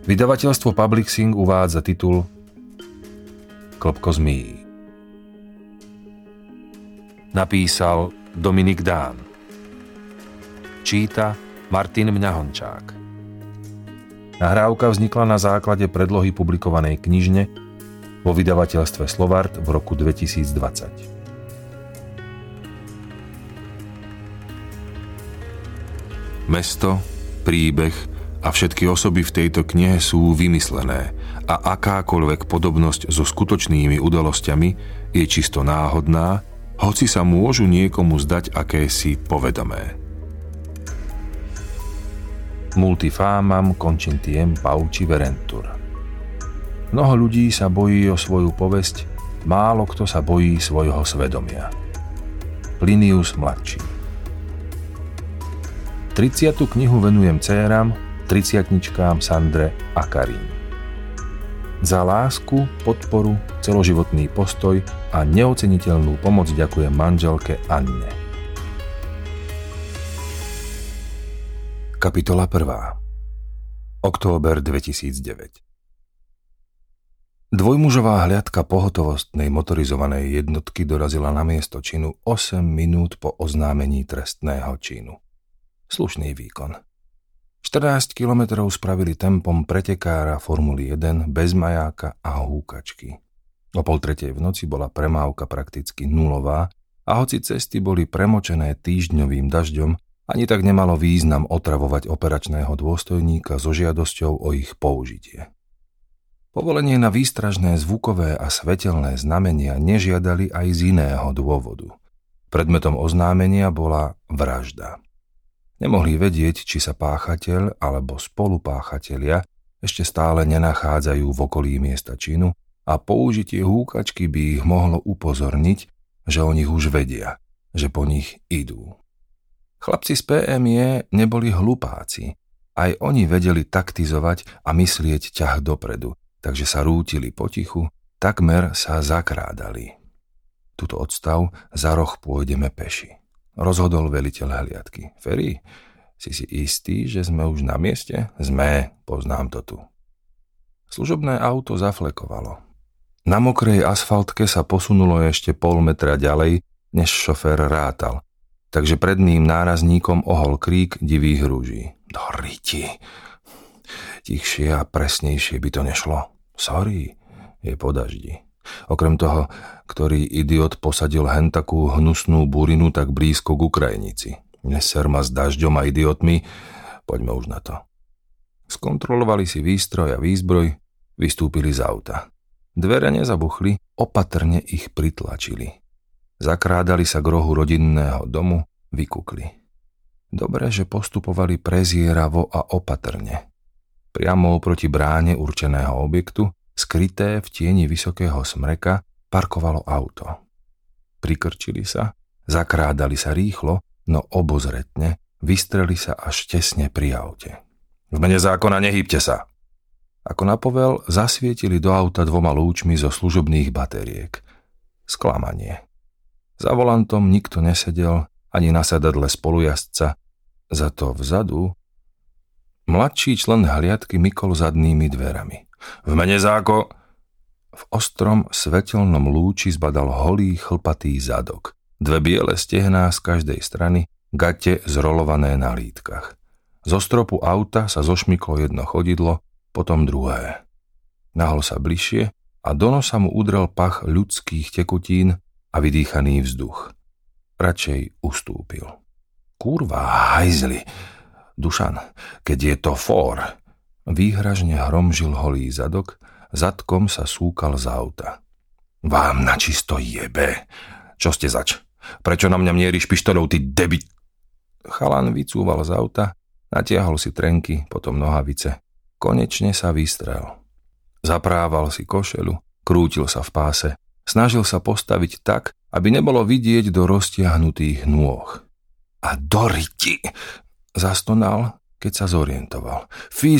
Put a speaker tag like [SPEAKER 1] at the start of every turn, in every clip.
[SPEAKER 1] Vydavateľstvo Publixing uvádza titul Klopko zmýjí. Napísal Dominik Dán. Číta Martin Mňahončák. Nahrávka vznikla na základe predlohy publikovanej knižne vo vydavateľstve Slovart v roku 2020. Mesto, príbeh a všetky osoby v tejto knihe sú vymyslené a akákoľvek podobnosť so skutočnými udalosťami je čisto náhodná, hoci sa môžu niekomu zdať akési povedomé. Multifamam concintiem pauci verentur. Mnoho ľudí sa bojí o svoju povesť, málo kto sa bojí svojho svedomia. Plinius mladší. 30. knihu venujem dcéram, 30-tničkám Sandre a Karín. Za lásku, podporu, celoživotný postoj a neoceniteľnú pomoc ďakujem manželke Anne. Kapitola 1. Október 2009. Dvojmužová hliadka pohotovostnej motorizovanej jednotky dorazila na miesto činu 8 minút po oznámení trestného činu. Slušný výkon. 14 kilometrov spravili tempom pretekára Formuly 1 bez majáka a húkačky. O 2:30 v noci bola premávka prakticky nulová a hoci cesty boli premočené týždňovým dažďom, ani tak nemalo význam otravovať operačného dôstojníka so žiadosťou o ich použitie. Povolenie na výstražné zvukové a svetelné znamenia nežiadali aj z iného dôvodu. Predmetom oznámenia bola vražda. Nemohli vedieť, či sa páchateľ alebo spolupáchatelia ešte stále nenachádzajú v okolí miesta činu a použitie húkačky by ich mohlo upozorniť, že o nich už vedia, že po nich idú. Chlapci z PMJ neboli hlupáci. Aj oni vedeli taktizovať a myslieť ťah dopredu, takže sa rútili potichu, takmer sa zakrádali. Tuto odstav, za roh pôjdeme peši. Rozhodol veliteľ hliadky. Ferry, si istý, že sme už na mieste? Sme, poznám to tu. Služobné auto zaflekovalo. Na mokrej asfaltke sa posunulo ešte pol metra ďalej, než šofér rátal, takže pred ním nárazníkom ohol krík divých rúží. Do riti. Tichšie a presnejšie by to nešlo. Sorry, je po daždi. Okrem toho, ktorý idiot posadil hen takú hnusnú burinu tak blízko k Ukrajinici. Neser ma s dažďom a idiotmi, poďme už na to. Skontrolovali si výstroj a výzbroj, vystúpili z auta. Dvere nezabuchli, opatrne ich pritlačili. Zakrádali sa k rohu rodinného domu, vykukli. Dobre, že postupovali prezieravo a opatrne. Priamo oproti bráne určeného objektu, skryté v tieni vysokého smreka, parkovalo auto. Prikrčili sa, zakrádali sa rýchlo, no obozretne, vystreli sa až tesne pri aute. V mene zákona nehýbte sa! Ako napovel, zasvietili do auta 2 lúčmi zo služobných batériek. Sklamanie. Za volantom nikto nesedel, ani na sedadle spolujazdca, zato vzadu mladší člen hliadky mykol zadnými dverami. V mene V ostrom svetelnom lúči zbadal holý chlpatý zadok, 2 biele stehná z každej strany, gate zrolované na lítkach. Zo stropu auta sa zošmyklo jedno chodidlo, potom druhé. Nahol sa bližšie a do nosa mu udrel pach ľudských tekutín a vydýchaný vzduch. Radšej ustúpil. Kurva, hajzli! Dušan, keď je to for! Výhražne hromžil holý zadok, zadkom sa súkal z auta. Vám načisto jebe! Čo ste zač? Prečo na mňa mieríš pištoľou, ty debit? Chalan vycúval z auta, natiahol si trenky, potom nohavice. Konečne sa vystrel. Zaprával si košeľu, krútil sa v páse, snažil sa postaviť tak, aby nebolo vidieť do roztiahnutých nôh. A do riti! Zastonal, keď sa zorientoval.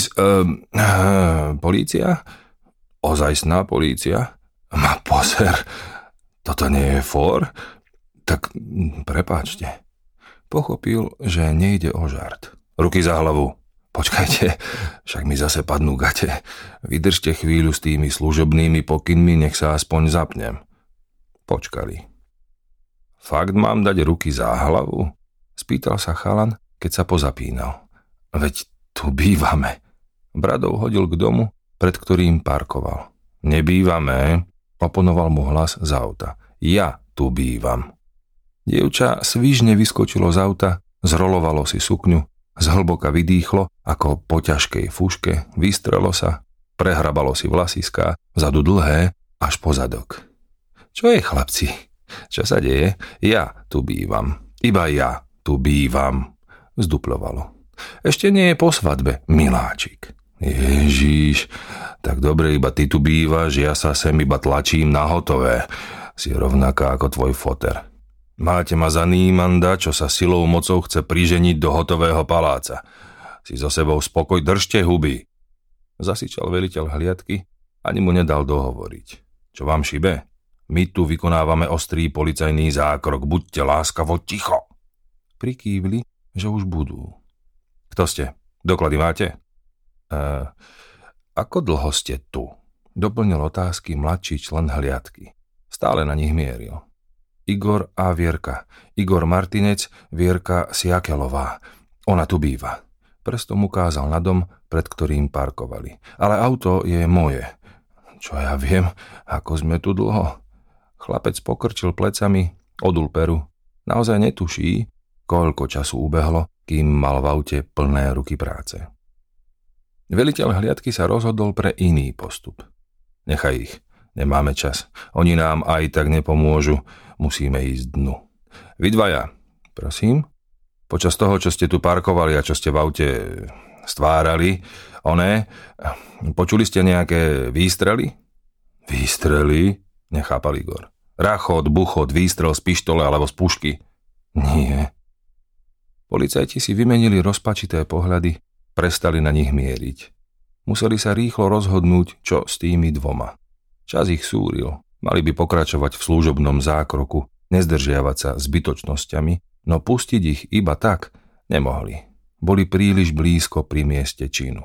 [SPEAKER 1] Polícia? Ozajstná polícia? Ma poser, toto nie je for? Tak prepáčte. Pochopil, že nejde o žart. Ruky za hlavu. Počkajte, však mi zase padnú gate. Vydržte chvíľu s tými služobnými pokynmi, nech sa aspoň zapnem. Počkali. Fakt mám dať ruky za hlavu? Spýtal sa chalan, keď sa pozapínal. Veď tu bývame. Bradov hodil k domu, pred ktorým parkoval. Nebývame, oponoval mu hlas z auta. Ja tu bývam. Dievča svižne vyskočilo z auta, zrolovalo si sukňu, zhlboka vydýchlo, ako po ťažkej fuške, vystrelo sa, prehrabalo si vlasiská, vzadu dlhé, až po zadok. Čo je, chlapci? Čo sa deje? Ja tu bývam. Iba ja tu bývam. Zdupľovalo. Ešte nie je po svadbe, miláčik. Ježíš, tak dobre, iba ty tu bývaš, ja sa sem iba tlačím na hotové. Si rovnaká ako tvoj foter. Máte ma za nímanda, čo sa silou mocou chce priženiť do hotového paláca. Si so sebou spokoj, držte huby. Zasičal veliteľ hliadky, ani mu nedal dohovoriť. Čo vám šibe? My tu vykonávame ostrý policajný zákrok, buďte láskavo ticho. Prikývli, že už budú. Kto ste? Doklady máte? Ako dlho ste tu? Doplnil otázky mladší člen hliadky. Stále na nich mieril. Igor a Vierka. Igor Martinec, Vierka Siakelová. Ona tu býva. Prstom ukázal na dom, pred ktorým parkovali. Ale auto je moje. Čo ja viem, ako sme tu dlho. Chlapec pokrčil plecami, odul peru. Naozaj netuší, koľko času ubehlo, kým mal v aute plné ruky práce. Veliteľ hliadky sa rozhodol pre iný postup. Nechaj ich, nemáme čas. Oni nám aj tak nepomôžu, musíme ísť dnu. Vy dvaja, prosím, počas toho, čo ste tu parkovali a čo ste v aute stvárali, počuli ste nejaké výstrely? Výstrely? Nechápal Igor. Rachot, buchot, výstrel z pištole alebo z pušky? Nie. Policajti si vymenili rozpačité pohľady, prestali na nich mieriť. Museli sa rýchlo rozhodnúť, čo s tými dvoma. Čas ich súril. Mali by pokračovať v služobnom zákroku, nezdržiavať sa zbytočnosťami, no pustiť ich iba tak nemohli. Boli príliš blízko pri mieste činu.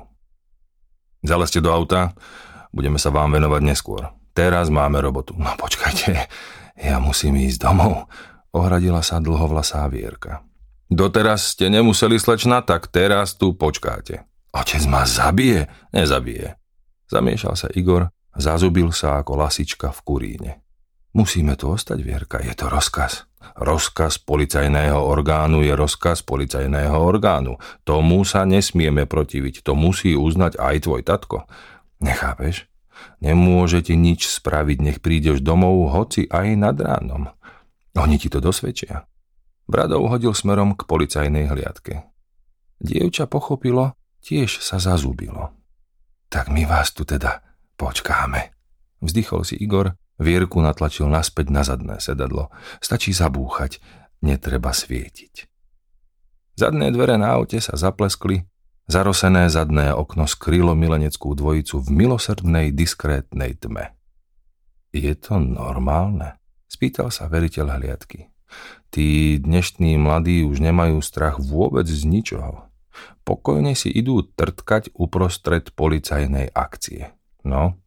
[SPEAKER 1] Zalezte do auta, budeme sa vám venovať neskôr. Teraz máme robotu. No počkajte, ja musím ísť domov, ohradila sa dlhovlasá Vierka. Doteraz ste nemuseli, slečna, tak teraz tu počkáte. Otec ma zabije? Nezabije. Zamiešal sa Igor, zazubil sa ako lasička v kuríne. Musíme tu ostať, Vierka, je to rozkaz. Rozkaz policajného orgánu je rozkaz policajného orgánu. Tomu sa nesmieme protiviť, to musí uznať aj tvoj tatko. Nechápeš? Nemôže ti nič spraviť, nech prídeš domov, hoci aj nad ránom. Oni ti to dosvedčia. Bradov hodil smerom k policajnej hliadke. Dievča pochopilo, tiež sa zazúbilo. Tak my vás tu teda počkáme. Vzdychol si Igor, Vierku natlačil naspäť na zadné sedadlo. Stačí zabúchať, netreba svietiť. Zadné dvere na aute sa zapleskli, zarosené zadné okno skrylo mileneckú dvojicu v milosrdnej, diskrétnej tme. Je to normálne? Spýtal sa veliteľ hliadky. Tí dnešní mladí už nemajú strach vôbec z ničoho. Pokojne si idú trtkať uprostred policajnej akcie. No,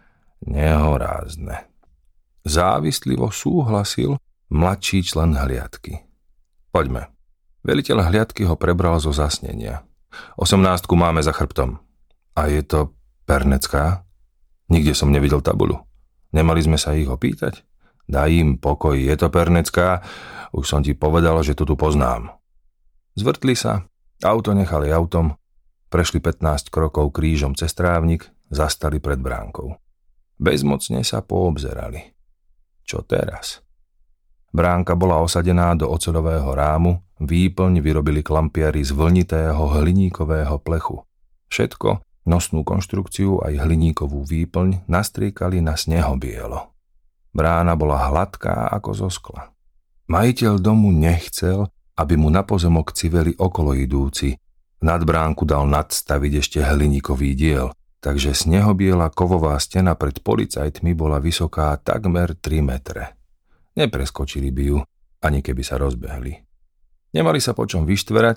[SPEAKER 1] nehorázne. Závislivo súhlasil mladší člen hliadky. Poďme. Veliteľ hliadky ho prebral zo zasnenia. 18 máme za chrbtom. A je to pernecká? Nikde som nevidel tabuľu. Nemali sme sa ich opýtať? Daj im pokoj, je to pernecká? Už som ti povedal, že to tu poznám. Zvrtli sa, auto nechali autom, prešli 15 krokov krížom cez trávnik, zastali pred bránkou. Bezmocne sa poobzerali. Čo teraz? Bránka bola osadená do oceľového rámu, výplň vyrobili klampiari z vlnitého hliníkového plechu. Všetko, nosnú konštrukciu aj hliníkovú výplň, nastriekali na snehobielo. Brána bola hladká ako zo skla. Majiteľ domu nechcel, aby mu na pozemok civeli okolo idúci. Nad bránku dal nadstaviť ešte hliníkový diel, takže snehobiela kovová stena pred policajtmi bola vysoká takmer 3 metre. Nepreskočili by ju, ani keby sa rozbehli. Nemali sa po čom vyštverať,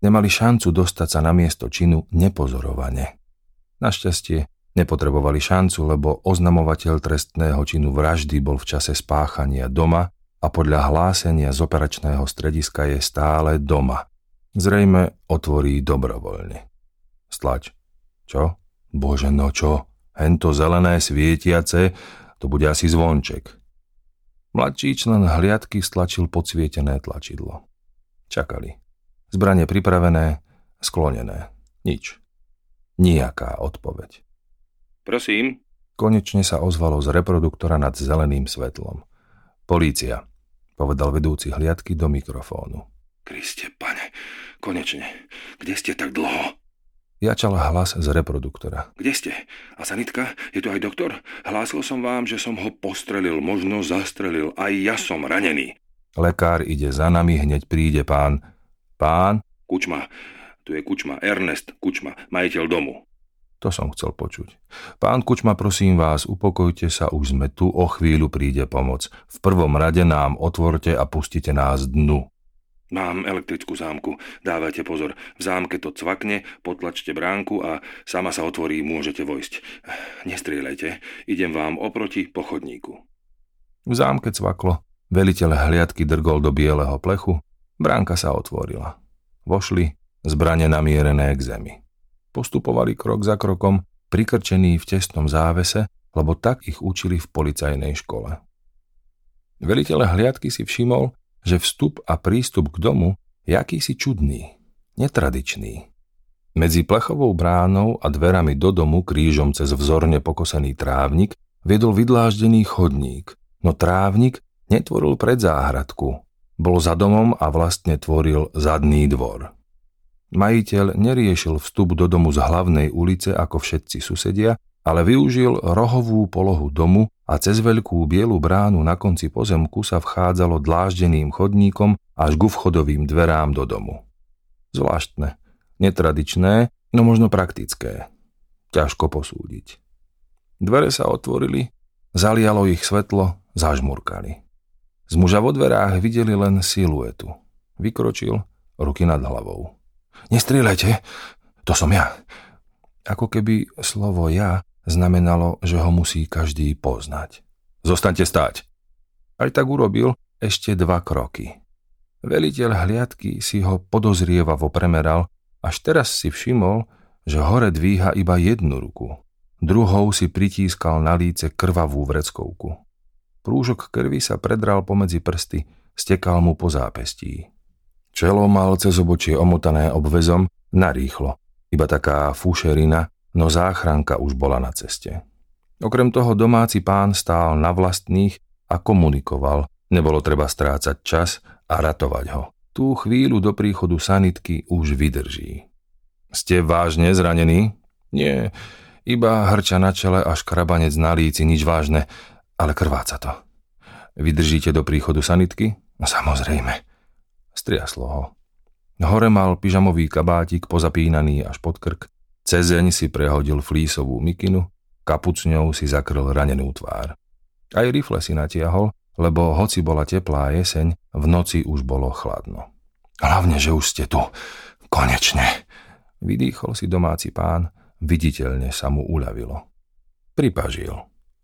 [SPEAKER 1] nemali šancu dostať sa na miesto činu nepozorovane. Našťastie nepotrebovali šancu, lebo oznamovateľ trestného činu vraždy bol v čase spáchania doma a podľa hlásenia z operačného strediska je stále doma. Zrejme otvorí dobrovoľne. Stlač. Čo? Bože, no čo? Hento zelené svietiace, to bude asi zvonček. Mladší člen hliadky stlačil podsvietené tlačidlo. Čakali. Zbranie pripravené, sklonené. Nič. Nijaká odpoveď.
[SPEAKER 2] Prosím?
[SPEAKER 1] Konečne sa ozvalo z reproduktora nad zeleným svetlom. Polícia, povedal vedúci hliadky do mikrofónu.
[SPEAKER 2] Kriste, pane, konečne. Kde ste tak dlho?
[SPEAKER 1] Jačal hlas z reproduktora.
[SPEAKER 2] Kde ste? A sanitka? Je tu aj doktor? Hlásil som vám, že som ho postrelil, možno zastrelil. Aj ja som ranený.
[SPEAKER 1] Lekár ide za nami, hneď príde pán. Pán?
[SPEAKER 2] Kučma. Tu je Kučma. Ernest Kučma, majiteľ domu.
[SPEAKER 1] To som chcel počuť. Pán Kučma, prosím vás, upokojte sa, už sme tu, o chvíľu príde pomoc. V prvom rade nám otvorte a pustite nás dnu.
[SPEAKER 2] Mám elektrickú zámku, dávajte pozor. V zámke to cvakne, potlačte bránku a sama sa otvorí, môžete vojsť. Nestrieľajte, idem vám oproti po chodníku.
[SPEAKER 1] V zámke cvaklo, veliteľ hliadky drgol do bieleho plechu, bránka sa otvorila. Vošli, zbrane namierené k zemi. Postupovali krok za krokom, prikrčení v tesnom závese, lebo tak ich učili v policajnej škole. Veliteľ hliadky si všimol, že vstup a prístup k domu je akýsi čudný, netradičný. Medzi plechovou bránou a dverami do domu krížom cez vzorne pokosený trávnik viedol vydláždený chodník, no trávnik netvoril predzáhradku, bol za domom a vlastne tvoril zadný dvor. Majiteľ neriešil vstup do domu z hlavnej ulice ako všetci susedia, ale využil rohovú polohu domu a cez veľkú bielu bránu na konci pozemku sa vchádzalo dláždeným chodníkom až ku vchodovým dverám do domu. Zvláštne, netradičné, no možno praktické. Ťažko posúdiť. Dvere sa otvorili, zalialo ich svetlo, zažmurkali. Z muža vo dverách videli len siluetu. Vykročil, ruky nad hlavou. Nestrieľajte, to som ja. Ako keby slovo ja znamenalo, že ho musí každý poznať. Zostaňte stáť. Aj tak urobil ešte 2 kroky. Veliteľ hliadky si ho podozrievavo premeral, až teraz si všimol, že hore dvíha iba jednu ruku. Druhou si pritískal na líce krvavú vreckovku. Prúžok krvi sa predral pomedzi prsty, stekal mu po zápestí. Čelo mal cez obočie omotané obväzom narýchlo, iba taká fušerina, no záchranka už bola na ceste. Okrem toho domáci pán stál na vlastných a komunikoval, nebolo treba strácať čas a ratovať ho. Tú chvíľu do príchodu sanitky už vydrží. Ste vážne zranení? Nie, iba hrča na čele a škrabanec na líci, nič vážne, ale krváca to. Vydržíte do príchodu sanitky? No, samozrejme. Striaslo ho. Hore mal pyžamový kabátik pozapínaný až pod krk, cezeň si prehodil flísovú mikinu, kapucňou si zakryl ranenú tvár. Aj rifle si natiahol, lebo hoci bola teplá jeseň, v noci už bolo chladno. Hlavne, že už ste tu. Konečne. Vydýchol si domáci pán, viditeľne sa mu uľavilo. Pripažil.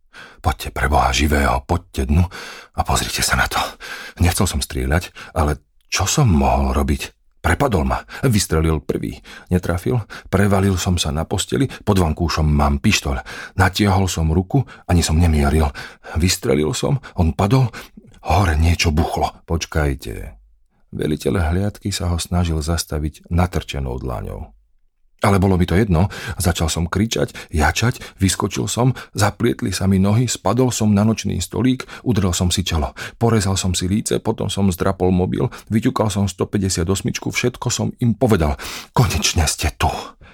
[SPEAKER 1] Poďte pre Boha živého, poďte dnu a pozrite sa na to. Nechcel som strieľať, ale čo som mohol robiť? Prepadol ma, vystrelil prvý, netrafil, prevalil som sa na posteli, pod vankúšom mám pištoľ, natiahol som ruku, ani som nemieril, vystrelil som, on padol, hore niečo buchlo. Počkajte. Veliteľ hliadky sa ho snažil zastaviť natrčenou dlaňou. Ale bolo mi to jedno, začal som kričať, jačať, vyskočil som, zaplietli sa mi nohy, spadol som na nočný stolík, udrel som si čelo, porezal som si líce, potom som zdrapol mobil, vyťukal som 158, všetko som im povedal. Konečne ste tu.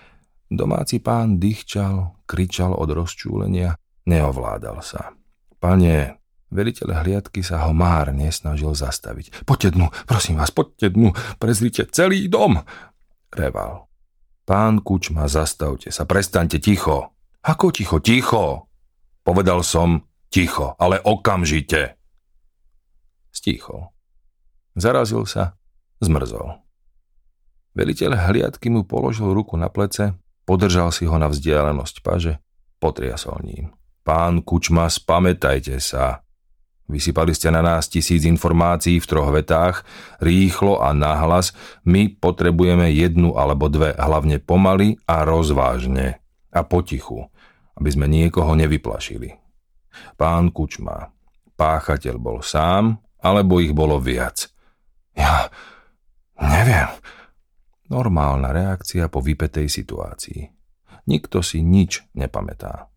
[SPEAKER 1] Domáci pán dýchčal, kričal od rozčúlenia, neovládal sa. Pane, veliteľ hliadky sa ho márne snažil zastaviť. Poďte dnu, prosím vás, poďte dnu, prezrite celý dom. Reval. Pán Kučma, zastavte sa, prestaňte ticho. Ako ticho? Ticho! Povedal som ticho, ale okamžite. Stíchol. Zarazil sa, zmrzol. Veliteľ hliadky mu položil ruku na plece, podržal si ho na vzdialenosť paže, potriasol ním. Pán Kučma, spamätajte sa. Vysypali ste na nás 1000 informácií v 3 vetách, rýchlo a nahlas. My potrebujeme 1 alebo 2, hlavne pomaly a rozvážne. A potichu, aby sme niekoho nevyplašili. Pán Kučma, páchateľ bol sám, alebo ich bolo viac? Ja neviem. Normálna reakcia po vypätej situácii. Nikto si nič nepamätá.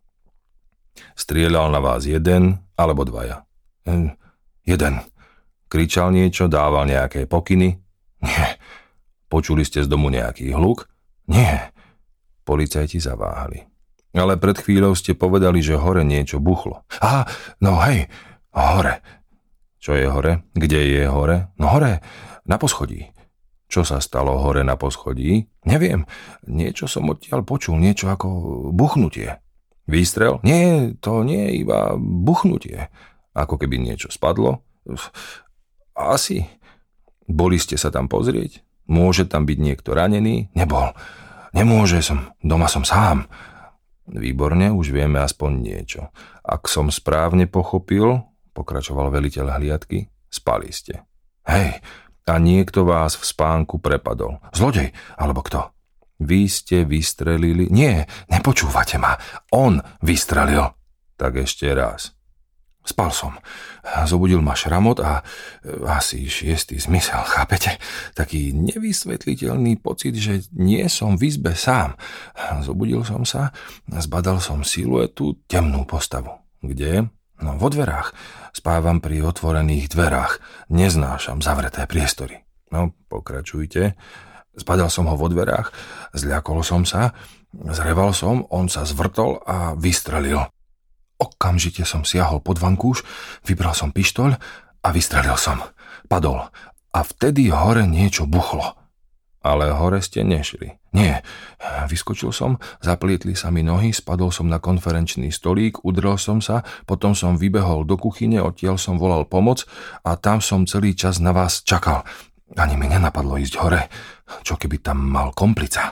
[SPEAKER 1] Strieľal na vás 1 alebo 2? 1. Kričal niečo, dával nejaké pokyny? Nie. Počuli ste z domu nejaký hluk? Nie. Policajti zaváhali. Ale pred chvíľou ste povedali, že hore niečo buchlo. Aha, no hej, hore. Čo je hore? Kde je hore? No hore, na poschodí. Čo sa stalo hore na poschodí? Neviem. Niečo som odtiaľ počul, niečo ako buchnutie. Výstrel? Nie, to nie je iba buchnutie. Ako keby niečo spadlo? Asi. Boli ste sa tam pozrieť? Môže tam byť niekto ranený? Nebol. Nemôže som. Doma som sám. Výborne, už vieme aspoň niečo. Ak som správne pochopil, pokračoval veliteľ hliadky, spali ste. Hej, a niekto vás v spánku prepadol. Zlodej, alebo kto? Vy ste vystrelili... Nie, nepočúvate ma. On vystrelil. Tak ešte raz. Spal som. Zobudil ma šramot a asi 6. zmysel, chápete? Taký nevysvetliteľný pocit, že nie som v izbe sám. Zobudil som sa, zbadal som siluetu, temnú postavu. Kde? No, vo dverách. Spávam pri otvorených dverách. Neznášam zavreté priestory. No, pokračujte. Zbadal som ho vo dverách, zľakol som sa, zreval som, on sa zvrtol a vystrelil. Okamžite som siahol pod vankúš, vybral som pištoľ a vystrelil som. Padol. A vtedy hore niečo buchlo. Ale hore ste nešli. Nie. Vyskočil som, zaplietli sa mi nohy, spadol som na konferenčný stolík, udrel som sa, potom som vybehol do kuchyne, odtiaľ som volal pomoc a tam som celý čas na vás čakal. Ani mi nenapadlo ísť hore. Čo keby tam mal komplica?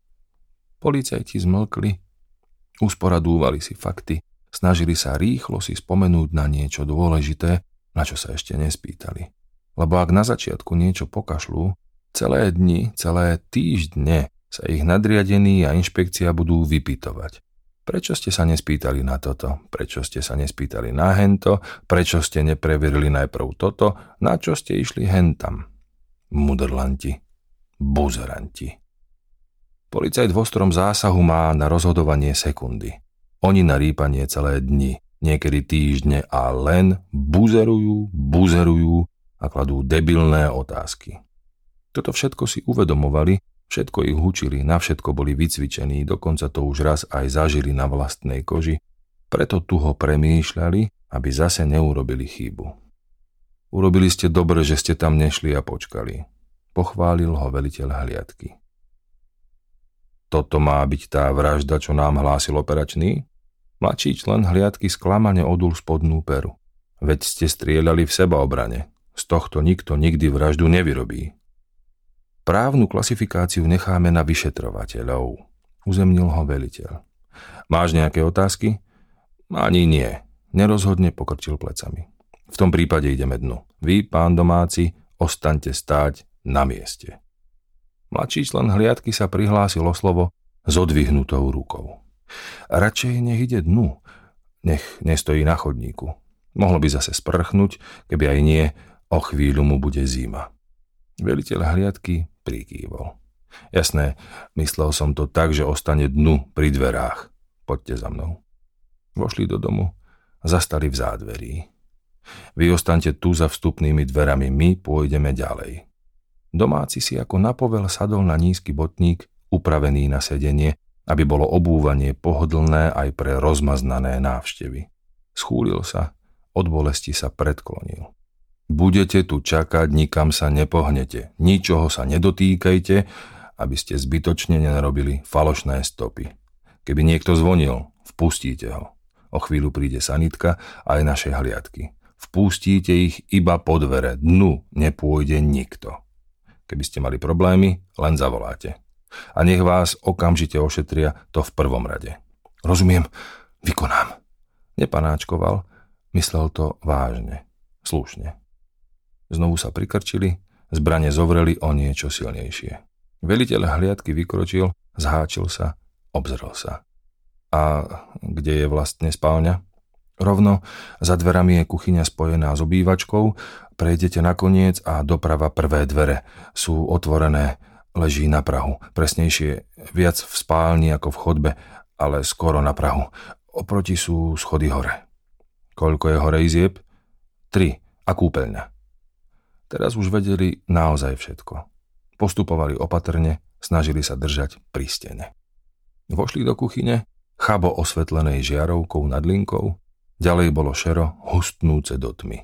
[SPEAKER 1] Policajti zmlkli, usporadúvali si fakty, snažili sa rýchlo si spomenúť na niečo dôležité, na čo sa ešte nespýtali. Lebo ak na začiatku niečo pokašľú, celé dni, celé týždne sa ich nadriadení a inšpekcia budú vypytovať. Prečo ste sa nespýtali na toto? Prečo ste sa nespýtali na hento? Prečo ste nepreverili najprv toto? Na čo ste išli hentam? Mudrlanti, buzeranti. Policajt v ostrom zásahu má na rozhodovanie sekundy. Oni na rýpanie celé dni, niekedy týždne a len buzerujú a kladú debilné otázky. Toto všetko si uvedomovali, všetko ich učili, na všetko boli vycvičení, dokonca to už raz aj zažili na vlastnej koži, preto tu ho premýšľali, aby zase neurobili chybu. Urobili ste dobre, že ste tam nešli a počkali. Pochválil ho veliteľ hliadky. Toto má byť tá vražda, čo nám hlásil operačný? Mladší člen hliadky sklamane odul spodnú peru. Veď ste strieľali v sebaobrane. Z tohto nikto nikdy vraždu nevyrobí. Právnu klasifikáciu necháme na vyšetrovateľov. Uzemnil ho veliteľ. Máš nejaké otázky? Ani nie. Nerozhodne pokrčil plecami. V tom prípade ideme dnu. Vy, pán domáci, ostaňte stáť na mieste. Mladší člen hliadky sa prihlásil o slovo s odvihnutou rukou. Radšej nech ide dnu, nech nestojí na chodníku. Mohlo by zase sprchnúť, keby aj nie, o chvíľu mu bude zima. Veliteľ hliadky prikývol. Jasné, myslel som to tak, že ostane dnu pri dverách. Poďte za mnou. Vošli do domu, zastali v zádverí. Vy ostaňte tu za vstupnými dverami, my pôjdeme ďalej. Domáci si ako napovel sadol na nízky botník, upravený na sedenie, aby bolo obúvanie pohodlné aj pre rozmaznané návštevy. Schúlil sa, od bolesti sa predklonil. Budete tu čakať, nikam sa nepohnete, ničoho sa nedotýkajte, aby ste zbytočne nenarobili falošné stopy. Keby niekto zvonil, vpustíte ho. O chvíľu príde sanitka aj našej hliadky. Vpustíte ich iba po dvere, dnu nepôjde nikto. Keby ste mali problémy, len zavoláte. A nech vás okamžite ošetria, to v prvom rade. Rozumiem, vykonám. Nepanáčkoval, myslel to vážne, slušne. Znovu sa prikrčili, zbrane zovreli o niečo silnejšie. Veliteľ hliadky vykročil, zháčil sa, obzrel sa. A kde je vlastne spálňa? Rovno za dverami je kuchyňa spojená s obývačkou, prejdete nakoniec a doprava prvé dvere sú otvorené, leží na prahu. Presnejšie viac v spálni ako v chodbe, ale skoro na prahu. Oproti sú schody hore. Koľko je hore izieb? 3 a kúpeľňa. Teraz už vedeli naozaj všetko. Postupovali opatrne, snažili sa držať pri stene. Vošli do kuchyne, chabo osvetlenej žiarovkou nad linkou, ďalej bolo šero hustnúce do tmy.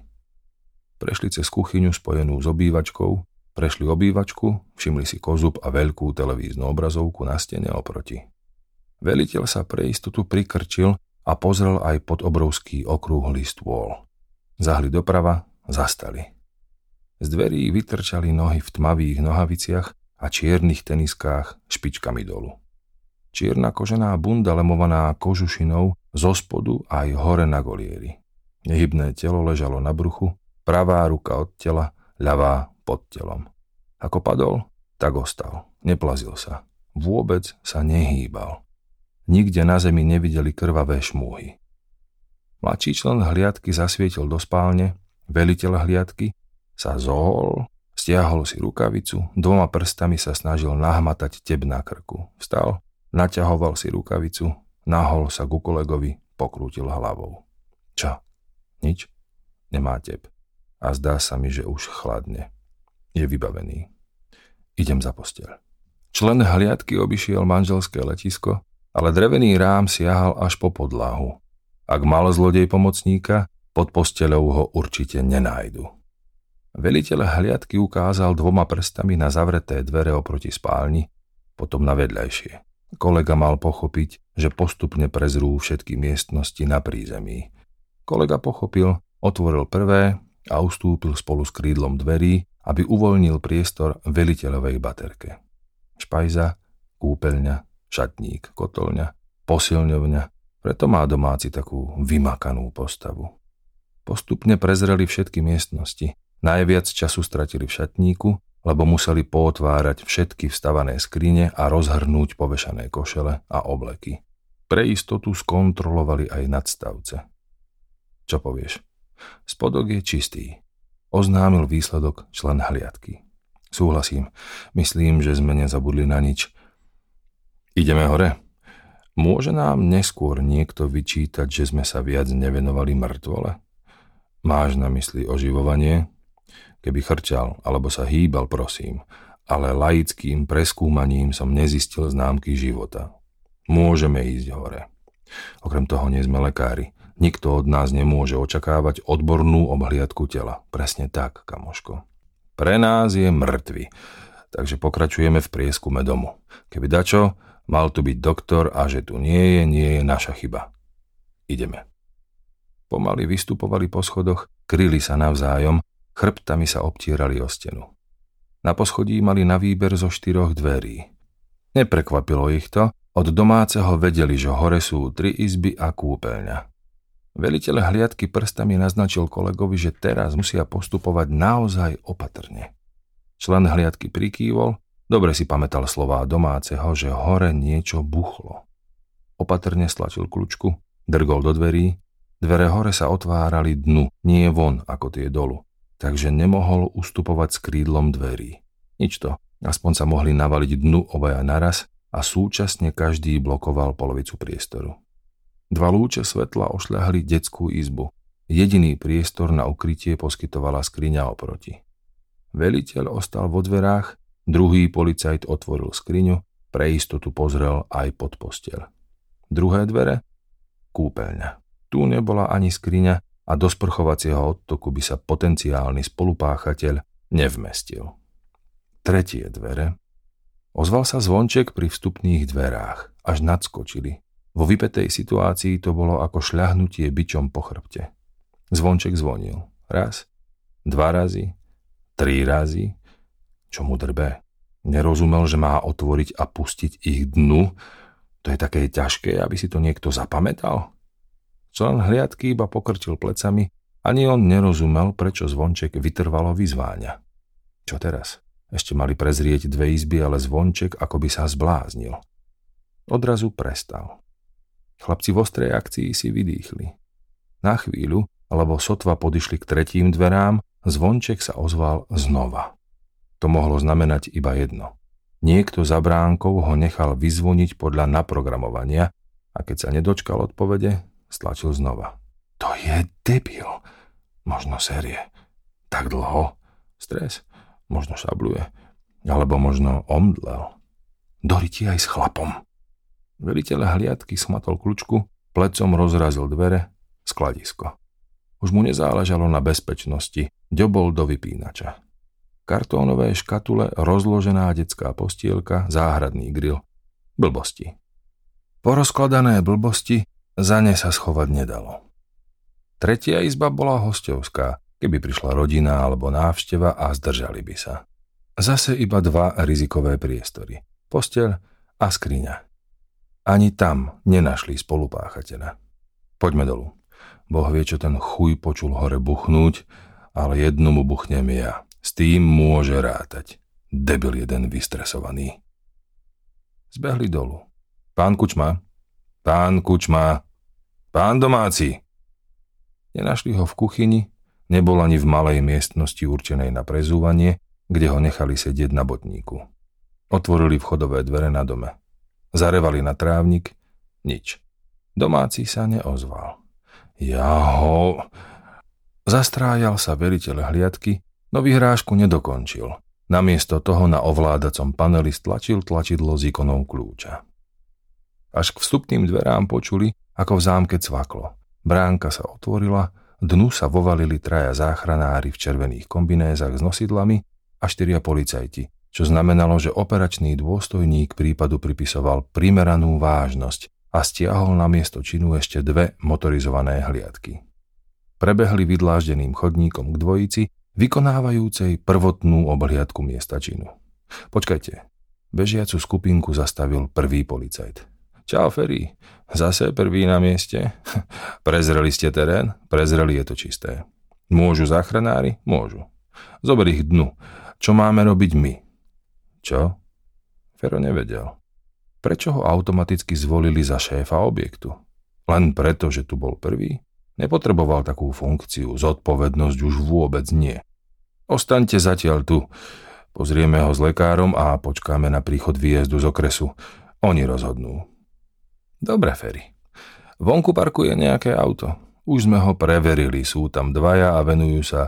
[SPEAKER 1] Prešli cez kuchyňu spojenú s obývačkou, prešli obývačku, všimli si kozub a veľkú televíznu obrazovku na stene oproti. Veliteľ sa pre istotu prikrčil a pozrel aj pod obrovský okrúhly stôl. Zahli doprava, zastali. Z dverí vytrčali nohy v tmavých nohaviciach a čiernych teniskách špičkami dolu. Čierna kožená bunda lemovaná kožušinou zo spodu aj hore na golieri. Nehybné telo ležalo na bruchu, pravá ruka od tela, ľavá pod telom. Ako padol, tak ostal. Neplazil sa. Vôbec sa nehýbal. Nikde na zemi nevideli krvavé šmúhy. Mladší člen hliadky zasvietil do spálne, veliteľ hliadky sa zohol, stiahol si rukavicu, 2 prstami sa snažil nahmatať teb na krku. Vstal, naťahoval si rukavicu, nahol sa ku kolegovi, pokrútil hlavou. Čo? Nič? Nemá teb. A zdá sa mi, že už chladne. Je vybavený. Idem za posteľ. Člen hliadky obišiel manželské letisko, ale drevený rám siahal až po podlahu. Ak mal zlodej pomocníka, pod posteľou ho určite nenájdu. Veliteľ hliadky ukázal 2 prstami na zavreté dvere oproti spálni, potom na vedľajšie. Kolega mal pochopiť, že postupne prezrú všetky miestnosti na prízemí. Kolega pochopil, otvoril prvé a ustúpil spolu s krídlom dverí, aby uvoľnil priestor veliteľovej baterke. Špajza, kúpeľňa, šatník, kotolňa, posilňovňa, preto má domáci takú vymakanú postavu. Postupne prezreli všetky miestnosti, najviac času stratili v šatníku, lebo museli pootvárať všetky vstavané skrine a rozhrnúť povešané košele a obleky. Pre istotu skontrolovali aj nadstavce. Čo povieš? Spodok je čistý. Oznámil výsledok člen hliadky. Súhlasím. Myslím, že sme nezabudli na nič. Ideme hore. Môže nám neskôr niekto vyčítať, že sme sa viac nevenovali mŕtvole? Máš na mysli oživovanie? Keby chrčal alebo sa hýbal, prosím, ale laickým preskúmaním som nezistil známky života. Môžeme ísť hore. Okrem toho nie sme lekári. Nikto od nás nemôže očakávať odbornú obhliadku tela. Presne tak, kamoško. Pre nás je mŕtvy, takže pokračujeme v prieskume domu. Keby dačo, mal tu byť doktor a že tu nie je naša chyba. Ideme. Pomaly vystupovali po schodoch, kryli sa navzájom, chrbtami sa obtierali o stenu. Na poschodí mali na výber zo 4 dverí. Neprekvapilo ich to, od domáceho vedeli, že hore sú 3 izby a kúpeľňa. Veliteľ hliadky prstami naznačil kolegovi, že teraz musia postupovať naozaj opatrne. Člen hliadky prikývol, dobre si pamätal slová domáceho, že hore niečo buchlo. Opatrne stlačil kľúčku, drgol do dverí, dvere hore sa otvárali dnu, nie von ako tie dolu. Takže nemohol ustupovať s krídlom dverí. Nič to, aspoň sa mohli navaliť dnu obaja naraz a súčasne každý blokoval polovicu priestoru. 2 lúče svetla ošľahli detskú izbu. Jediný priestor na ukrytie poskytovala skriňa oproti. Veliteľ ostal vo dverách, druhý policajt otvoril skriňu, pre istotu pozrel aj pod posteľ. Druhé dvere? Kúpeľňa. Tu nebola ani skriňa, a do sprchovacieho odtoku by sa potenciálny spolupáchateľ nevmestil. Tretie dvere. Ozval sa zvonček pri vstupných dverách, až nadskočili. Vo vypätej situácii to bolo ako šľahnutie bičom po chrbte. Zvonček zvonil. 1, 2 razy, 3 razy. Čo mu drbe? Nerozumel, že má otvoriť a pustiť ich dnu? To je také ťažké, aby si to niekto zapamätal? Člen hliadky iba pokrčil plecami, ani on nerozumel, prečo Zvonček vytrvalo vyzváňa. Čo teraz? Ešte mali prezrieť 2 izby, ale Zvonček akoby sa zbláznil. Odrazu prestal. Chlapci v ostrej akcii si vydýchli. Na chvíľu, lebo sotva podišli k 3. dverám, Zvonček sa ozval znova. To mohlo znamenať iba jedno. Niekto za bránkou ho nechal vyzvoniť podľa naprogramovania a keď sa nedočkal odpovede, stlačil znova. To je debil. Možno série. Tak dlho. Stres. Možno šabluje. Alebo možno omdlel. Doriti aj s chlapom. Veliteľ hliadky smatol kľučku, plecom rozrazil dvere, skladisko. Už mu nezáležalo na bezpečnosti, ďobol do vypínača. Kartónové škatule, rozložená detská postielka, záhradný grill. Blbosti. Porozkladané blbosti, za ne sa schovať nedalo. 3. izba bola hosťovská, keby prišla rodina alebo návšteva a zdržali by sa. Zase iba 2 rizikové priestory. Posteľ a skriňa. Ani tam nenašli spolupáchateľa. Poďme dolu. Boh vie, čo ten chuj počul hore buchnúť, ale jednu mu buchnem ja. S tým môže rátať. Debil jeden vystresovaný. Zbehli dolu. Pán Kučma, pán domáci. Nenašli ho v kuchyni, nebol ani v malej miestnosti určenej na prezúvanie, kde ho nechali sedieť na botníku. Otvorili vchodové dvere na dome. Zarevali na trávnik, nič. Domáci sa neozval. Zastrájal sa veliteľ hliadky, no vyhrážku nedokončil. Namiesto toho na ovládacom paneli stlačil tlačidlo s ikonou kľúča. Až k vstupným dverám počuli, ako v zámke cvaklo. Bránka sa otvorila, dnu sa vovalili 3 záchranári v červených kombinézach s nosidlami a 4 policajti, čo znamenalo, že operačný dôstojník prípadu pripisoval primeranú vážnosť a stiahol na miesto činu ešte 2 motorizované hliadky. Prebehli vydláždeným chodníkom k dvojici, vykonávajúcej prvotnú obhliadku miesta činu. Počkajte, bežiacu skupinku zastavil 1. policajt. Čau, Ferry, zase 1. na mieste? Prezreli ste terén? Prezreli, je to čisté. Môžu záchranári? Môžu. Zober ich dnu. Čo máme robiť my? Čo? Fero nevedel. Prečo ho automaticky zvolili za šéfa objektu? Len preto, že tu bol 1? Nepotreboval takú funkciu, zodpovednosť už vôbec nie. Ostaňte zatiaľ tu. Pozrieme ho s lekárom a počkáme na príchod výjezdu z okresu. Oni rozhodnú. Dobre, Ferry. Vonku parkuje nejaké auto. Už sme ho preverili, sú tam 2 a venujú sa...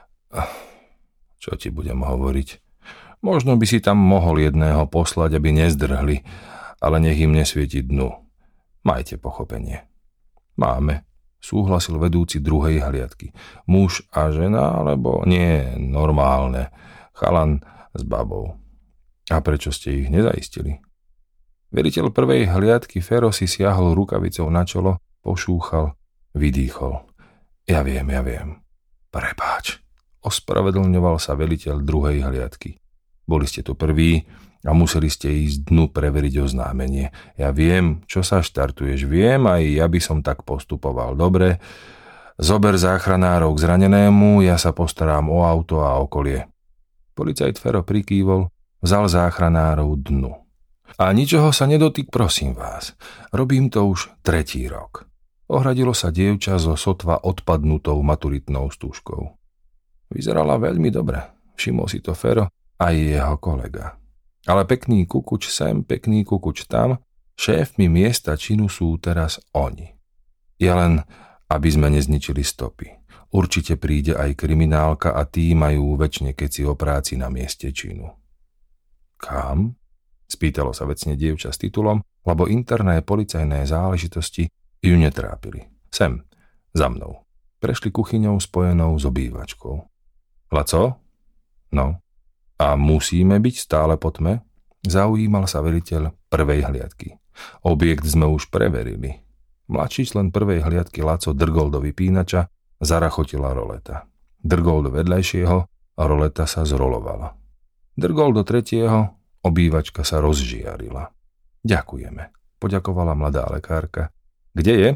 [SPEAKER 1] Čo ti budem hovoriť? Možno by si tam mohol jedného poslať, aby nezdrhli, ale nech im nesvieti dnu. Majte pochopenie. Máme, súhlasil vedúci 2. hliadky. Muž a žena, alebo nie, normálne. Chalan s babou. A prečo ste ich nezaistili? Veliteľ 1. hliadky Fero si siahol rukavicou na čelo, pošúchal, vydýchol. Ja viem. Prepáč. Ospravedlňoval sa veliteľ 2. hliadky. Boli ste tu 1. a museli ste ísť dnu preveriť oznámenie. Ja viem, čo sa štartuješ, viem, aj ja by som tak postupoval. Dobre, zober záchranárov k zranenému, ja sa postarám o auto a okolie. Policajt Fero prikývol, vzal záchranárov dnu. A ničoho sa nedotýk, prosím vás. Robím to už 3. rok. Ohradilo sa dievča so sotva odpadnutou maturitnou stúžkou. Vyzerala veľmi dobre, všimol si to Fero aj jeho kolega. Ale pekný kukuč sem, pekný kukuč tam, šéfmi miesta činu sú teraz oni. Je len, aby sme nezničili stopy. Určite príde aj kriminálka a tí majú večne keci o práci na mieste činu. Kam? Spýtalo sa vecne dievča s titulom, lebo interné policajné záležitosti ju netrápili. Sem, za mnou. Prešli kuchyňou spojenou s obývačkou. Laco? No. A musíme byť stále po tme? Zaujímal sa veliteľ 1. hliadky. Objekt sme už preverili. Mladší člen 1. hliadky Laco drgol do vypínača, zarachotila roleta. Drgol do vedľajšieho a roleta sa zrolovala. Drgol do 3., obývačka sa rozžiarila. Ďakujeme, poďakovala mladá lekárka. Kde je?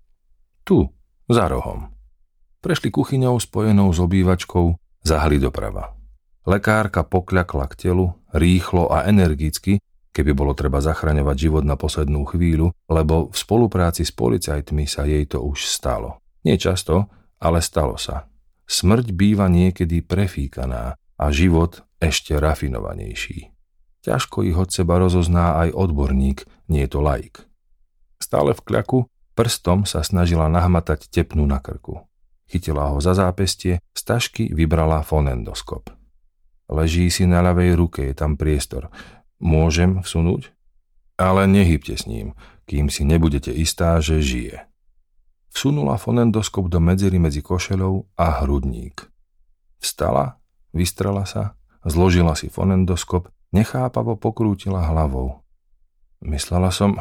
[SPEAKER 1] Tu, za rohom. Prešli kuchyňou spojenou s obývačkou, zahli doprava. Lekárka pokľakla k telu, rýchlo a energicky, keby bolo treba zachraňovať život na poslednú chvíľu, lebo v spolupráci s policajtmi sa jej to už stalo. Nie často, ale stalo sa. Smrť býva niekedy prefíkaná a život ešte rafinovanejší. Ťažko ich od seba rozozná aj odborník, nie je to laik. Stále v kľaku, prstom sa snažila nahmatať tepnu na krku. Chytila ho za zápestie, z tašky vybrala fonendoskop. Leží si na ľavej ruke, je tam priestor. Môžem vsunúť? Ale nehybte s ním, kým si nebudete istá, že žije. Vsunula fonendoskop do medzery medzi košeľou a hrudník. Vstala, vystrela sa, zložila si fonendoskop, nechápavo pokrútila hlavou. Myslela som,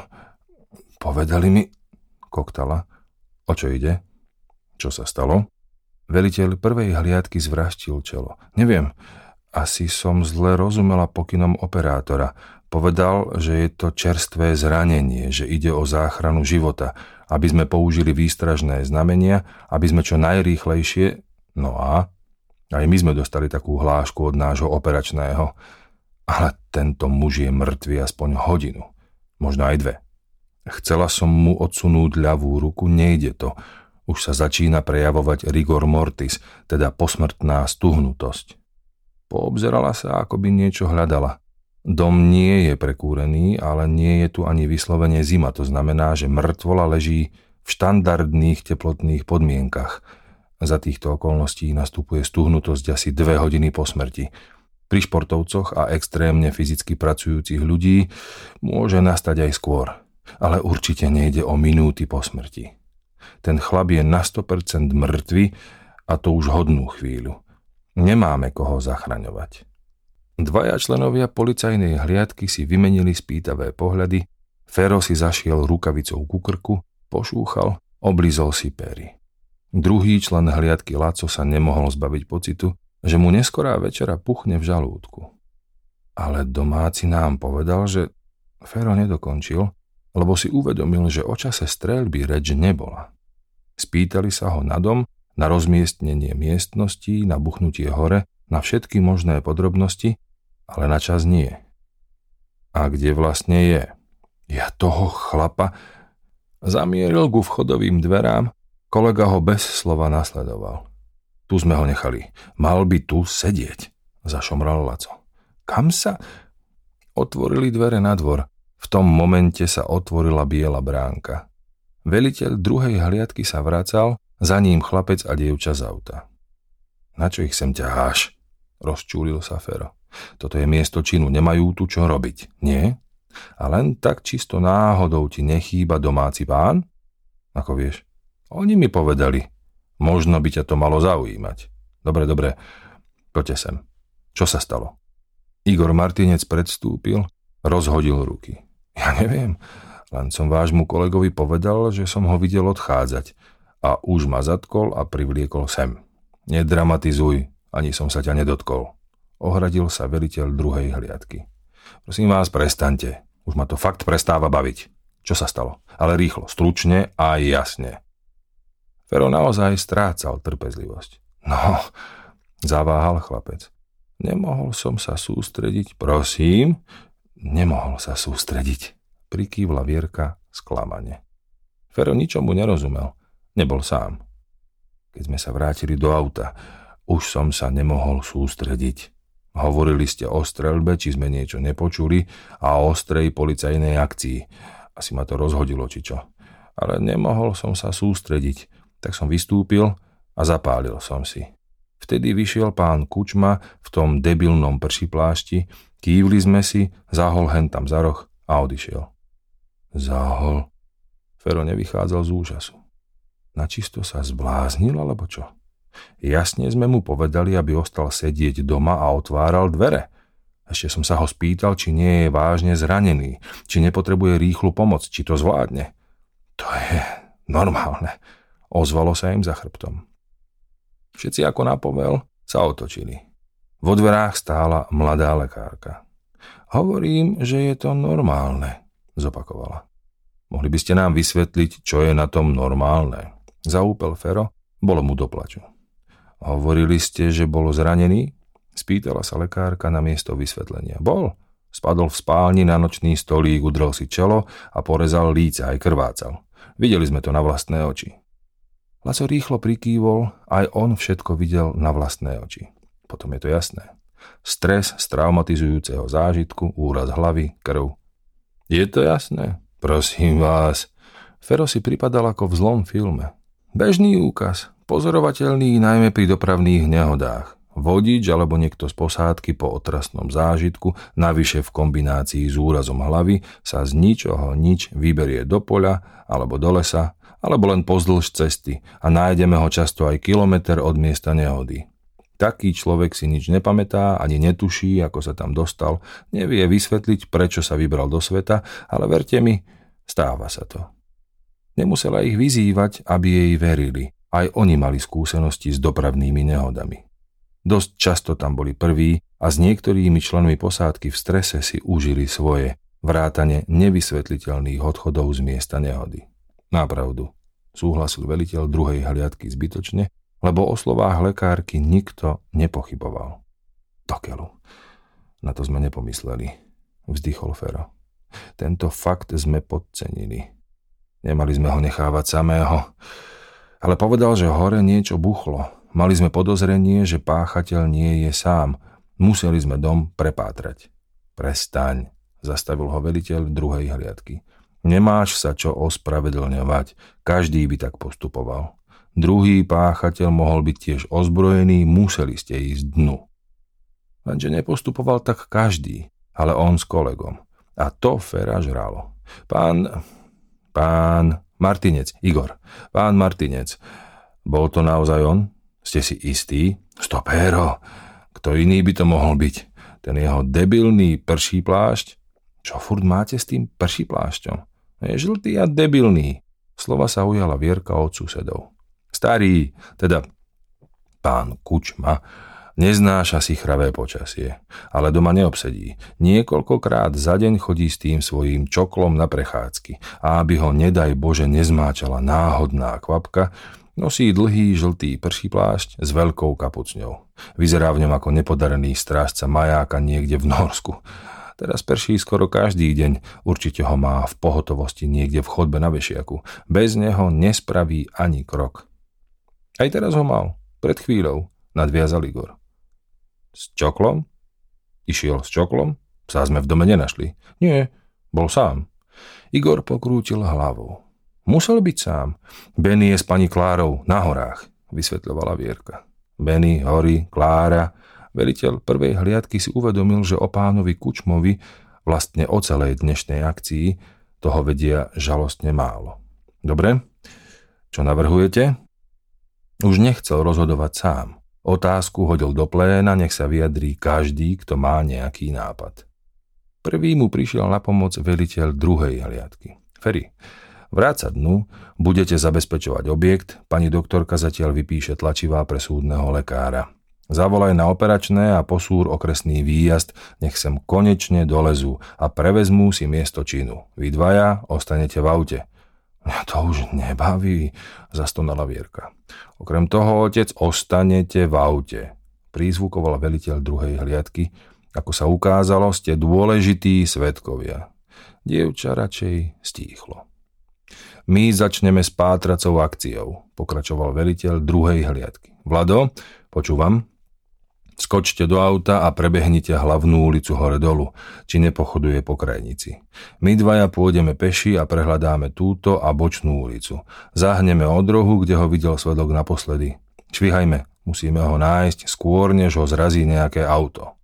[SPEAKER 1] povedali mi, koktala. O čo ide? Čo sa stalo? Veliteľ prvej hliadky zvraštil čelo. Neviem, asi som zle rozumela pokynom operátora. Povedal, že je to čerstvé zranenie, že ide o záchranu života, aby sme použili výstražné znamenia, aby sme čo najrýchlejšie... No a? Aj my sme dostali takú hlášku od nášho operačného. Ale tento muž je mŕtvy aspoň hodinu. Možno aj 2. Chcela som mu odsunúť ľavú ruku, nejde to. Už sa začína prejavovať rigor mortis, teda posmrtná stuhnutosť. Poobzerala sa, ako by niečo hľadala. Dom nie je prekúrený, ale nie je tu ani vyslovene zima. To znamená, že mŕtvola leží v štandardných teplotných podmienkach. Za týchto okolností nastupuje stuhnutosť asi 2 hodiny po smrti. Pri športovcoch a extrémne fyzicky pracujúcich ľudí môže nastať aj skôr. Ale určite nejde o minúty po smrti. Ten chlap je na 100% mŕtvy a to už hodnú chvíľu. Nemáme koho zachraňovať. 2 členovia policajnej hliadky si vymenili spýtavé pohľady, Fero si zašiel rukavicou ku krku, pošúchal, oblizol si pery. Druhý člen hliadky Laco sa nemohol zbaviť pocitu, že mu neskorá večera puchne v žalúdku. Ale domáci nám povedal, že Fero nedokončil, lebo si uvedomil, že o čase streľby reč nebola. Spýtali sa ho na dom, na rozmiestnenie miestností, na buchnutie hore, na všetky možné podrobnosti, ale na čas nie. A kde vlastne je? Ja toho chlapa zamieril ku vchodovým dverám, kolega ho bez slova nasledoval. Tu sme ho nechali. Mal by tu sedieť, zašomral Laco. Kam sa? Otvorili dvere na dvor. V tom momente sa otvorila biela bránka. Veliteľ druhej hliadky sa vracal, za ním chlapec a dievča z auta. Na čo ich sem ťaháš? Rozčúlil sa Fero. Toto je miesto činu, nemajú tu čo robiť, nie? A len tak čisto náhodou ti nechýba domáci pán? Ako vieš? Oni mi povedali. Možno by ťa to malo zaujímať. Dobre, poďte sem. Čo sa stalo? Igor Martinec predstúpil, rozhodil ruky. Ja neviem, len som vášmu kolegovi povedal, že som ho videl odchádzať a už ma zatkol a privliekol sem. Nedramatizuj, ani som sa ťa nedotkol. Ohradil sa veliteľ druhej hliadky. Prosím vás, prestaňte. Už ma to fakt prestáva baviť. Čo sa stalo? Ale rýchlo, stručne a jasne. Fero naozaj strácal trpezlivosť. No, zaváhal chlapec. Nemohol som sa sústrediť, prosím. Nemohol sa sústrediť, prikývla Vierka sklamane. Fero ničomu nerozumel, nebol sám. Keď sme sa vrátili do auta, už som sa nemohol sústrediť. Hovorili ste o streľbe, či sme niečo nepočuli a o ostrej policajnej akcii. Asi ma to rozhodilo, či čo. Ale nemohol som sa sústrediť, tak som vystúpil a zapálil som si. Vtedy vyšiel pán Kučma v tom debilnom pršiplášti, kývli sme si, zahol hen tam za roh a odišiel. Zahol? Fero nevychádzal z úžasu. Načisto sa zbláznil, alebo čo? Jasne sme mu povedali, aby ostal sedieť doma a otváral dvere. Ešte som sa ho spýtal, či nie je vážne zranený, či nepotrebuje rýchlu pomoc, či to zvládne. To je normálne, ozvalo sa im za chrbtom. Všetci ako na povel sa otočili. Vo dverách stála mladá lekárka. Hovorím, že je to normálne, zopakovala. Mohli by ste nám vysvetliť, čo je na tom normálne? Zaúpel Fero, bolo mu do plaču. Hovorili ste, že bol zranený? Spýtala sa lekárka na miesto vysvetlenia. Bol. Spadol v spálni na nočný stolík, udrel si čelo a porezal líca, aj krvácal. Videli sme to na vlastné oči. Laco rýchlo prikývol, aj on všetko videl na vlastné oči. Potom je to jasné. Stres z traumatizujúceho zážitku, úraz hlavy, krv. Je to jasné? Prosím vás. Fero si pripadal ako v zlom filme. Bežný úkaz, pozorovateľný najmä pri dopravných nehodách. Vodič alebo niekto z posádky po otrasnom zážitku, navyše v kombinácii s úrazom hlavy, sa z ničoho nič vyberie do poľa alebo do lesa, alebo len pozdĺž cesty a nájdeme ho často aj kilometr od miesta nehody. Taký človek si nič nepamätá, ani netuší, ako sa tam dostal, nevie vysvetliť, prečo sa vybral do sveta, ale verte mi, stáva sa to. Nemusela ich vyzývať, aby jej verili. Aj oni mali skúsenosti s dopravnými nehodami. Dosť často tam boli prví a s niektorými členmi posádky v strese si užili svoje, vrátane nevysvetliteľných odchodov z miesta nehody. Nápravdu, súhlasil veliteľ druhej hliadky zbytočne, lebo o slovách lekárky nikto nepochyboval. Tokeľu, na to sme nepomysleli, vzdychol Fero. Tento fakt sme podcenili. Nemali sme ho nechávať samého, ale povedal, že hore niečo buchlo. Mali sme podozrenie, že páchateľ nie je sám. Museli sme dom prepátrať. Prestaň, zastavil ho veliteľ druhej hliadky. Nemáš sa čo ospravedlňovať. Každý by tak postupoval. Druhý páchateľ mohol byť tiež ozbrojený, museli ste ísť dnu. Lenže nepostupoval tak každý, ale on s kolegom. A to Fera žralo. Pán Martinec, Igor, pán Martinec, bol to naozaj on? Ste si istí? Stopéro, kto iný by to mohol byť? Ten jeho debilný prší plášť? Čo furt máte s tým prší plášťom? Je žltý a debilný. Slova sa ujala Vierka od susedov. Starý, teda pán Kučma, neznáša si chravé počasie, ale doma neobsedí. Niekoľkokrát za deň chodí s tým svojím čoklom na prechádzky a aby ho nedaj Bože nezmáčala náhodná kvapka, nosí dlhý žltý prší plášť s veľkou kapucňou. Vyzerá v ňom ako nepodarený strážca majáka niekde v Norsku. Teraz prší skoro každý deň, určite ho má v pohotovosti niekde v chodbe na vešiaku. Bez neho nespraví ani krok. Aj teraz ho mal, pred chvíľou, nadviazal Igor. S čoklom? Išiel s čoklom? Psa sme v dome nenašli. Nie, bol sám. Igor pokrútil hlavou. Musel byť sám. Benny je s pani Klárou na horách, vysvetľovala Vierka. Benny, hory, Klára. Veliteľ prvej hliadky si uvedomil, že o pánovi Kučmovi, vlastne o celej dnešnej akcii, toho vedia žalostne málo. Dobre, čo navrhujete? Už nechcel rozhodovať sám. Otázku hodil do pléna, nech sa vyjadrí každý, kto má nejaký nápad. Prvý mu prišiel na pomoc veliteľ druhej hliadky. Feri, vráť sa dnu, budete zabezpečovať objekt, pani doktorka zatiaľ vypíše tlačivá pre súdneho lekára. Zavolaj na operačné a posúr okresný výjazd, nech sem konečne dolezú a prevezmú si miesto činu. Vy dvaja ostanete v aute. To už nebaví, zastonala Vierka. Okrem toho, otec, ostanete v aute, prízvukoval veliteľ druhej hliadky. Ako sa ukázalo, ste dôležití svedkovia. Dievča radšej stíchlo. My začneme s pátracou akciou, pokračoval veliteľ druhej hliadky. Vlado, počúvam. Skočte do auta a prebehnite hlavnú ulicu hore dolu, či nepochoduje po krajnici. My dvaja pôjdeme peši a prehľadáme túto a bočnú ulicu. Zahneme od rohu, kde ho videl svedok naposledy. Švihajme, musíme ho nájsť skôr, než ho zrazí nejaké auto.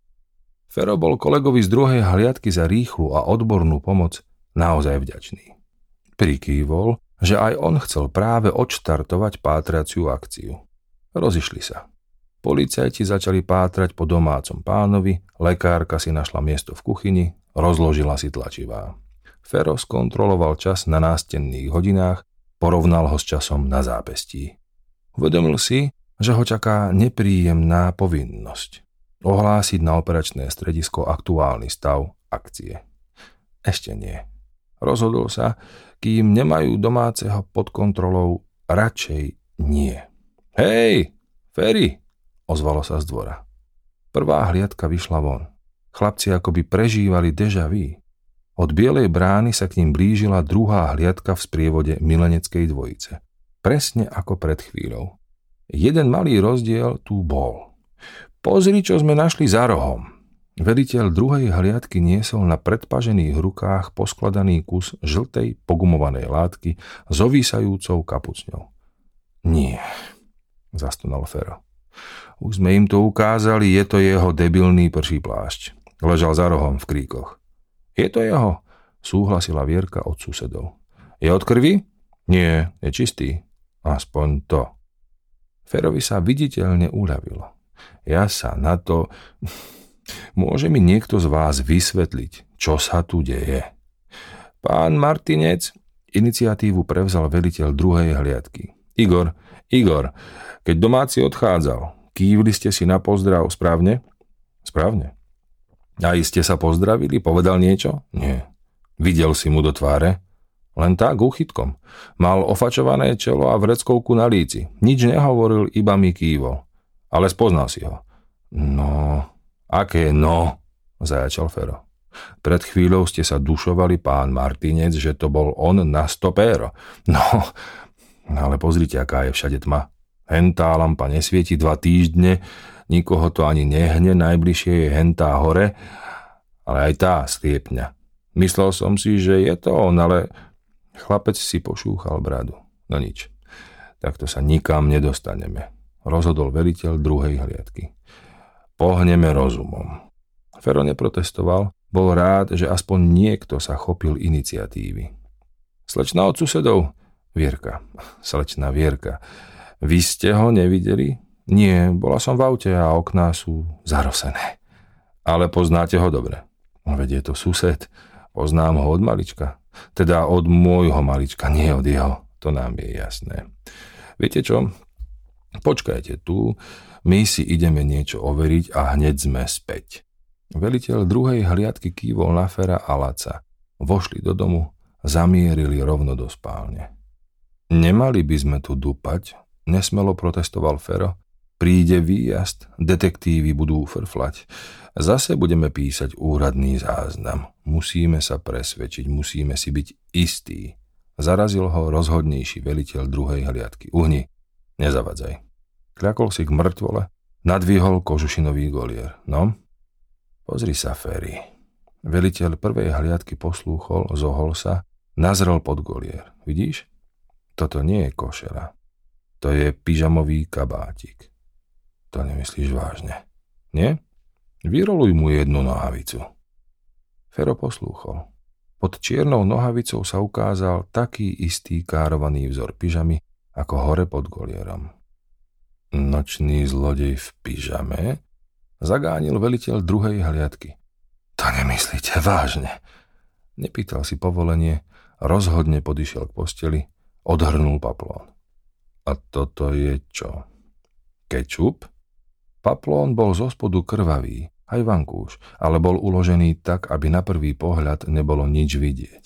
[SPEAKER 1] Fero bol kolegovi z druhej hliadky za rýchlu a odbornú pomoc naozaj vďačný. Prikývol, že aj on chcel práve odštartovať pátraciu akciu. Rozišli sa. Policajti začali pátrať po domácom pánovi, lekárka si našla miesto v kuchyni, rozložila si tlačivá. Fero skontroloval čas na nástenných hodinách, porovnal ho s časom na zápestí. Uvedomil si, že ho čaká nepríjemná povinnosť. Ohlásiť na operačné stredisko aktuálny stav akcie. Ešte nie. Rozhodol sa, kým nemajú domáceho pod kontrolou, radšej nie. Hej, Ferry, ozvalo sa z dvora. Prvá hliadka vyšla von. Chlapci akoby prežívali déjà vu. Od Bielej brány sa k ním blížila druhá hliadka v sprievode mileneckej dvojice. Presne ako pred chvíľou. Jeden malý rozdiel tu bol. Pozri, čo sme našli za rohom. Veliteľ druhej hliadky niesol na predpažených rukách poskladaný kus žltej pogumovanej látky s ovísajúcou kapucňou. Nie, zastonal Fero. Už sme im to ukázali, je to jeho debilný prší plášť. Ležal za rohom v kríkoch. Je to jeho, súhlasila Vierka od susedov. Je od krvi? Nie, je čistý. Aspoň to. Ferovi sa viditeľne uľavilo. Ja sa na to... Môže mi niekto z vás vysvetliť, čo sa tu deje? Pán Martinec, iniciatívu prevzal veliteľ druhej hliadky. Igor, keď domáci odchádzal, kývli ste si na pozdrav správne? Správne. A ste sa pozdravili, povedal niečo? Nie. Videl si mu do tváre? Len tak, úchytkom. Mal ofačované čelo a vreckovku na líci. Nič nehovoril, iba mi kývol. Ale spoznal si ho. No, aké no, zajačal Fero. Pred chvíľou ste sa dušovali, pán Martinec, že to bol on na 100 péro. No, ale pozrite, aká je všade tma. Hentá lampa nesvieti 2 týždne, nikoho to ani nehne, najbližšie je hentá hore, ale aj tá sliepňa. Myslel som si, že je to on, ale chlapec si pošúchal bradu. No nič, takto sa nikam nedostaneme. Rozhodol veliteľ druhej hliadky. Pohneme rozumom. Fero neprotestoval, bol rád, že aspoň niekto sa chopil iniciatívy. Slečna od susedov? Slečna Vierka. Vy ste ho nevideli? Nie, bola som v aute a okná sú zarosené. Ale poznáte ho dobre. Veď je to sused. Poznám ho od malička. Teda od môjho malička, nie od jeho. To nám je jasné. Viete čo? Počkajte tu, my si ideme niečo overiť a hneď sme späť. Veliteľ druhej hliadky kývol na Fera a Laca. Vošli do domu, zamierili rovno do spálne. Nemali by sme tu dupať, nesmelo protestoval Fero. Príde výjazd, detektívy budú frflať. Zase budeme písať úradný záznam. Musíme sa presvedčiť, musíme si byť istí. Zarazil ho rozhodnejší veliteľ druhej hliadky. Uhni, nezavadzaj. Kľakol si k mŕtvole, nadvihol kožušinový golier. No? Pozri sa, Ferry. Veliteľ prvej hliadky poslúchol, zohol sa, nazrel pod golier. Vidíš? Toto nie je košela. To je pyžamový kabátik. To nemyslíš vážne? Nie? Vyroluj mu jednu nohavicu. Fero poslúchol. Pod čiernou nohavicou sa ukázal taký istý károvaný vzor pyžamy, ako hore pod golierom. Nočný zlodej v pyžame? Zagánil veliteľ druhej hliadky. To nemyslíte vážne? Nepýtal si povolenie, rozhodne podišiel k posteli, odhrnul paplón. A toto je čo? Kečup? Paplón bol zo spodu krvavý, aj vankúš, ale bol uložený tak, aby na prvý pohľad nebolo nič vidieť.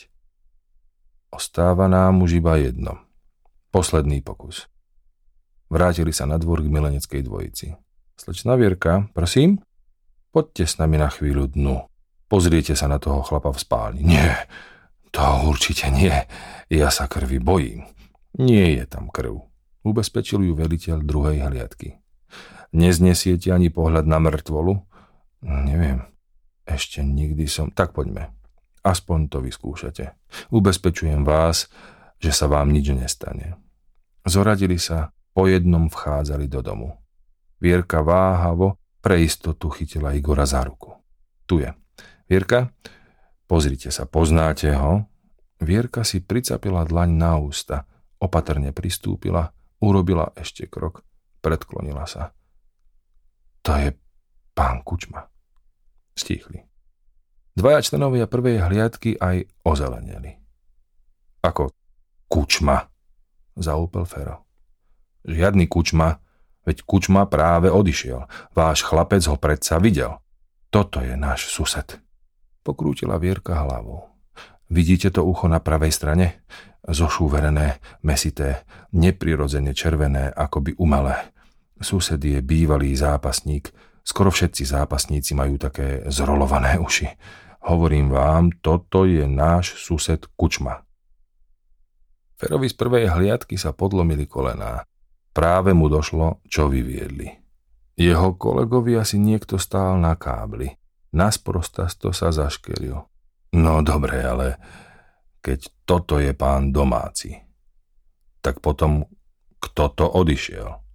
[SPEAKER 1] Ostáva nám už iba jedno. Posledný pokus. Vrátili sa na dvor k mileneckej dvojici. Slečna Vierka, prosím? Poďte s nami na chvíľu dnu. Pozriete sa na toho chlapa v spálni. Nie, to určite nie. Ja sa krvi bojím. Nie je tam krv. Ubezpečil ju veliteľ druhej hliadky. Neznesiete ani pohľad na mŕtvolu? Neviem. Ešte nikdy som... Tak poďme. Aspoň to vyskúšate. Ubezpečujem vás, že sa vám nič nestane. Zoradili sa, po jednom vchádzali do domu. Vierka váhavo pre istotu chytila Igora za ruku. Tu je. Vierka, pozrite sa, poznáte ho? Vierka si pricapila dlaň na ústa, opatrne pristúpila, urobila ešte krok, predklonila sa. To je pán Kučma. Stíchli. Dvaja členovia prvej hliadky aj ozeleneli. Ako Kučma? Zaúpel Fero. Žiadny Kučma, Veď Kučma práve odišiel. Váš chlapec ho predsa videl. Toto je náš sused. Pokrútila Vierka hlavou. Vidíte to ucho na pravej strane? Zošúverené, mesité, neprirodzene červené, akoby umelé. Sused je bývalý zápasník. Skoro všetci zápasníci majú také zrolované uši. Hovorím vám, toto je náš sused Kučma. Ferovi z prvej hliadky sa podlomili kolená. Práve mu došlo, čo vyviedli. Jeho kolegovi asi niekto stál na kábli. Nasprostasto sa zaškeril. No dobre, ale keď toto je pán domáci, tak potom kto to odišiel?